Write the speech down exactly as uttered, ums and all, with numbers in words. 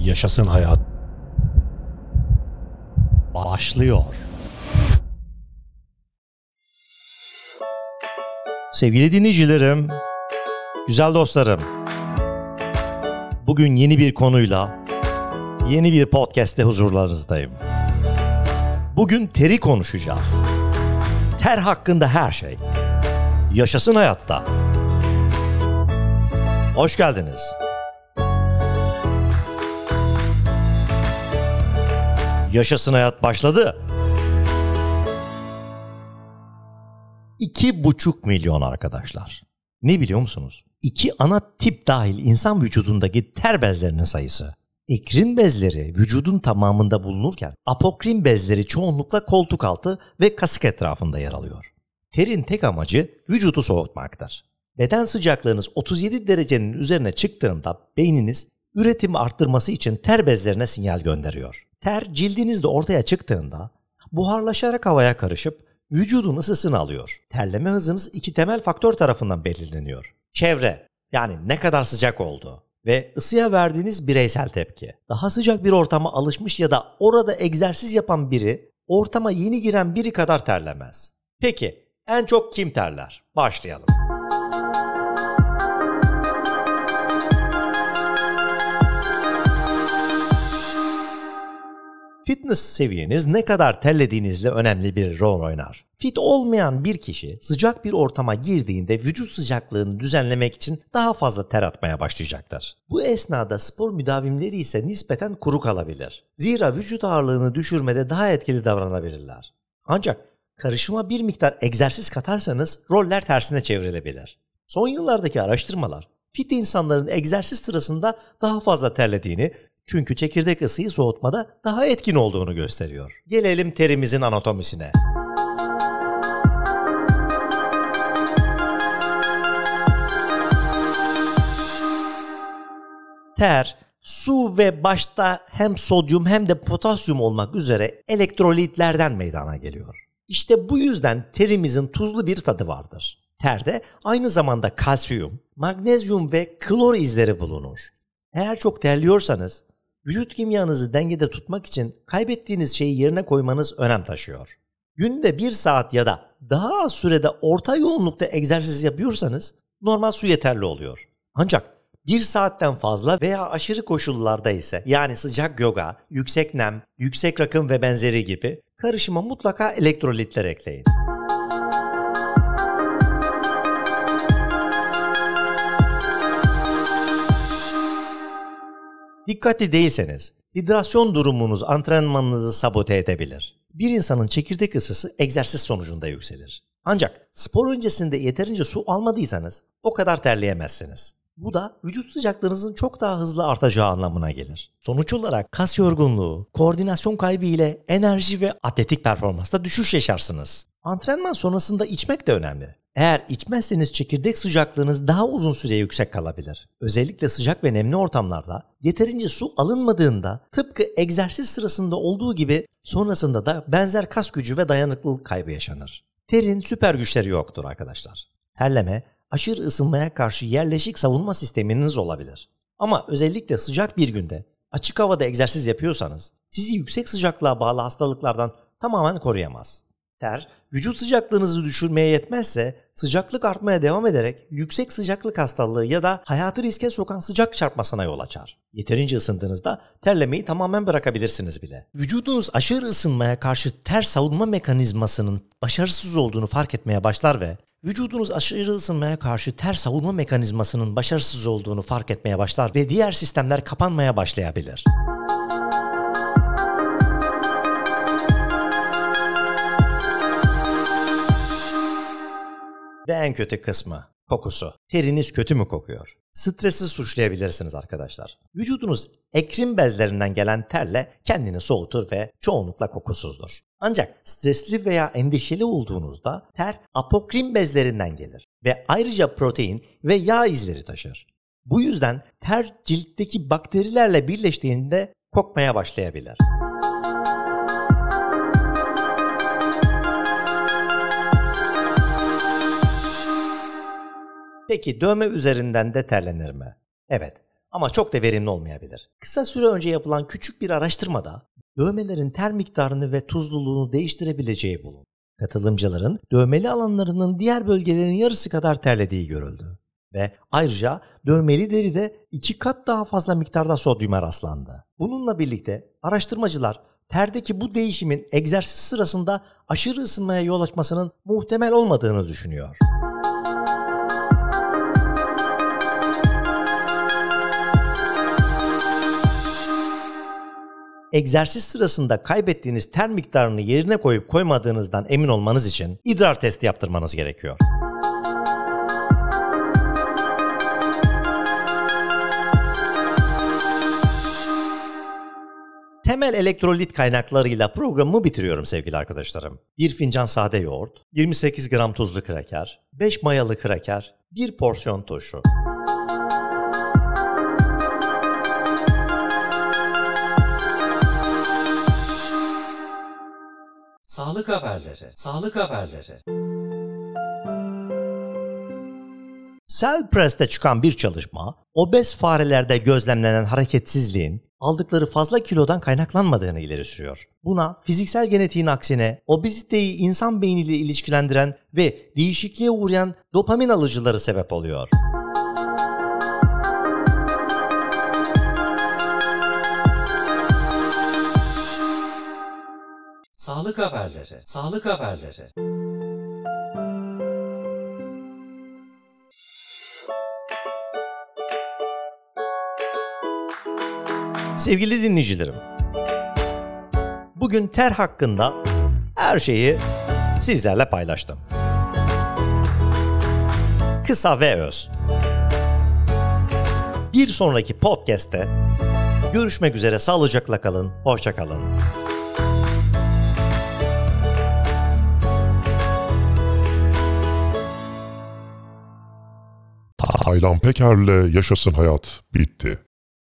Yaşasın hayat. Başlıyor. Sevgili dinleyicilerim, güzel dostlarım. Bugün yeni bir konuyla, yeni bir podcast'te huzurlarınızdayım. Bugün teri konuşacağız. Ter hakkında her şey. Yaşasın hayatta. Hoş geldiniz. Yaşasın hayat başladı. İki buçuk milyon arkadaşlar. Ne biliyor musunuz? İki ana tip dahil insan vücudundaki ter bezlerinin sayısı. Ekrin bezleri vücudun tamamında bulunurken apokrin bezleri çoğunlukla koltuk altı ve kasık etrafında yer alıyor. Terin tek amacı vücudu soğutmaktır. Beden sıcaklığınız otuz yedi derecenin üzerine çıktığında beyniniz üretimi arttırması için ter bezlerine sinyal gönderiyor. Ter cildinizde ortaya çıktığında buharlaşarak havaya karışıp vücudun ısısını alıyor. Terleme hızınız iki temel faktör tarafından belirleniyor. Çevre, yani ne kadar sıcak olduğu ve ısıya verdiğiniz bireysel tepki. Daha sıcak bir ortama alışmış ya da orada egzersiz yapan biri ortama yeni giren biri kadar terlemez. Peki en çok kim terler? Başlayalım. Fitness seviyeniz ne kadar terlediğinizle önemli bir rol oynar. Fit olmayan bir kişi sıcak bir ortama girdiğinde vücut sıcaklığını düzenlemek için daha fazla ter atmaya başlayacaktır. Bu esnada spor müdavimleri ise nispeten kuru kalabilir. Zira vücut ağırlığını düşürmede daha etkili davranabilirler. Ancak karışıma bir miktar egzersiz katarsanız roller tersine çevrilebilir. Son yıllardaki araştırmalar fit insanların egzersiz sırasında daha fazla terlediğini, çünkü çekirdek ısıyı soğutmada daha etkin olduğunu gösteriyor. Gelelim terimizin anatomisine. Ter, su ve başta hem sodyum hem de potasyum olmak üzere elektrolitlerden meydana geliyor. İşte bu yüzden terimizin tuzlu bir tadı vardır. Terde aynı zamanda kalsiyum, magnezyum ve klor izleri bulunur. Eğer çok terliyorsanız vücut kimyanızı dengede tutmak için kaybettiğiniz şeyi yerine koymanız önem taşıyor. Günde bir saat ya da daha az sürede orta yoğunlukta egzersiz yapıyorsanız normal su yeterli oluyor. Ancak bir saatten fazla veya aşırı koşullarda ise, yani sıcak yoga, yüksek nem, yüksek rakım ve benzeri gibi karışıma mutlaka elektrolitler ekleyin. Dikkatli değilseniz hidrasyon durumunuz antrenmanınızı sabote edebilir. Bir insanın çekirdek ısısı egzersiz sonucunda yükselir. Ancak spor öncesinde yeterince su almadıysanız o kadar terleyemezsiniz. Bu da vücut sıcaklığınızın çok daha hızlı artacağı anlamına gelir. Sonuç olarak kas yorgunluğu, koordinasyon kaybı ile enerji ve atletik performansta düşüş yaşarsınız. Antrenman sonrasında içmek de önemli. Eğer içmezseniz çekirdek sıcaklığınız daha uzun süre yüksek kalabilir. Özellikle sıcak ve nemli ortamlarda yeterince su alınmadığında tıpkı egzersiz sırasında olduğu gibi sonrasında da benzer kas gücü ve dayanıklılık kaybı yaşanır. Terin süper güçleri yoktur arkadaşlar. Terleme, aşırı ısınmaya karşı yerleşik savunma sisteminiz olabilir. Ama özellikle sıcak bir günde açık havada egzersiz yapıyorsanız sizi yüksek sıcaklığa bağlı hastalıklardan tamamen koruyamaz. Ter, vücut sıcaklığınızı düşürmeye yetmezse sıcaklık artmaya devam ederek yüksek sıcaklık hastalığı ya da hayatı riske sokan sıcak çarpmasına yol açar. Yeterince ısındığınızda terlemeyi tamamen bırakabilirsiniz bile. Vücudunuz aşırı ısınmaya karşı ter savunma mekanizmasının başarısız olduğunu fark etmeye başlar ve vücudunuz aşırı ısınmaya karşı ter savunma mekanizmasının başarısız olduğunu fark etmeye başlar ve diğer sistemler kapanmaya başlayabilir. Ve en kötü kısmı, kokusu. Teriniz kötü mü kokuyor? Stresi suçlayabilirsiniz arkadaşlar. Vücudunuz ekrin bezlerinden gelen terle kendini soğutur ve çoğunlukla kokusuzdur. Ancak stresli veya endişeli olduğunuzda ter apokrin bezlerinden gelir ve ayrıca protein ve yağ izleri taşır. Bu yüzden ter ciltteki bakterilerle birleştiğinde kokmaya başlayabilir. Peki dövme üzerinden de terlenir mi? Evet, ama çok da verimli olmayabilir. Kısa süre önce yapılan küçük bir araştırmada dövmelerin ter miktarını ve tuzluluğunu değiştirebileceği bulundu. Katılımcıların dövmeli alanlarının diğer bölgelerin yarısı kadar terlediği görüldü. Ve ayrıca dövmeli deride iki kat daha fazla miktarda sodyuma rastlandı. Bununla birlikte araştırmacılar terdeki bu değişimin egzersiz sırasında aşırı ısınmaya yol açmasının muhtemel olmadığını düşünüyor. Egzersiz sırasında kaybettiğiniz ter miktarını yerine koyup koymadığınızdan emin olmanız için idrar testi yaptırmanız gerekiyor. Temel elektrolit kaynaklarıyla programımı bitiriyorum sevgili arkadaşlarım. bir fincan sade yoğurt, yirmi sekiz gram tuzlu kraker, beş mayalı kraker, bir porsiyon turşu. Sağlık haberleri, sağlık haberleri. Cell Press'te çıkan bir çalışma, obez farelerde gözlemlenen hareketsizliğin aldıkları fazla kilodan kaynaklanmadığını ileri sürüyor. Buna fiziksel genetiğin aksine obeziteyi insan beyniyle ilişkilendiren ve değişikliğe uğrayan dopamin alıcıları sebep oluyor. Sağlık haberleri, sağlık haberleri. Sevgili dinleyicilerim, bugün ter hakkında her şeyi sizlerle paylaştım. Kısa ve öz. Bir sonraki podcast'te görüşmek üzere, sağlıcakla kalın, hoşça kalın. Taylan Peker'le Yaşasın Hayat bitti.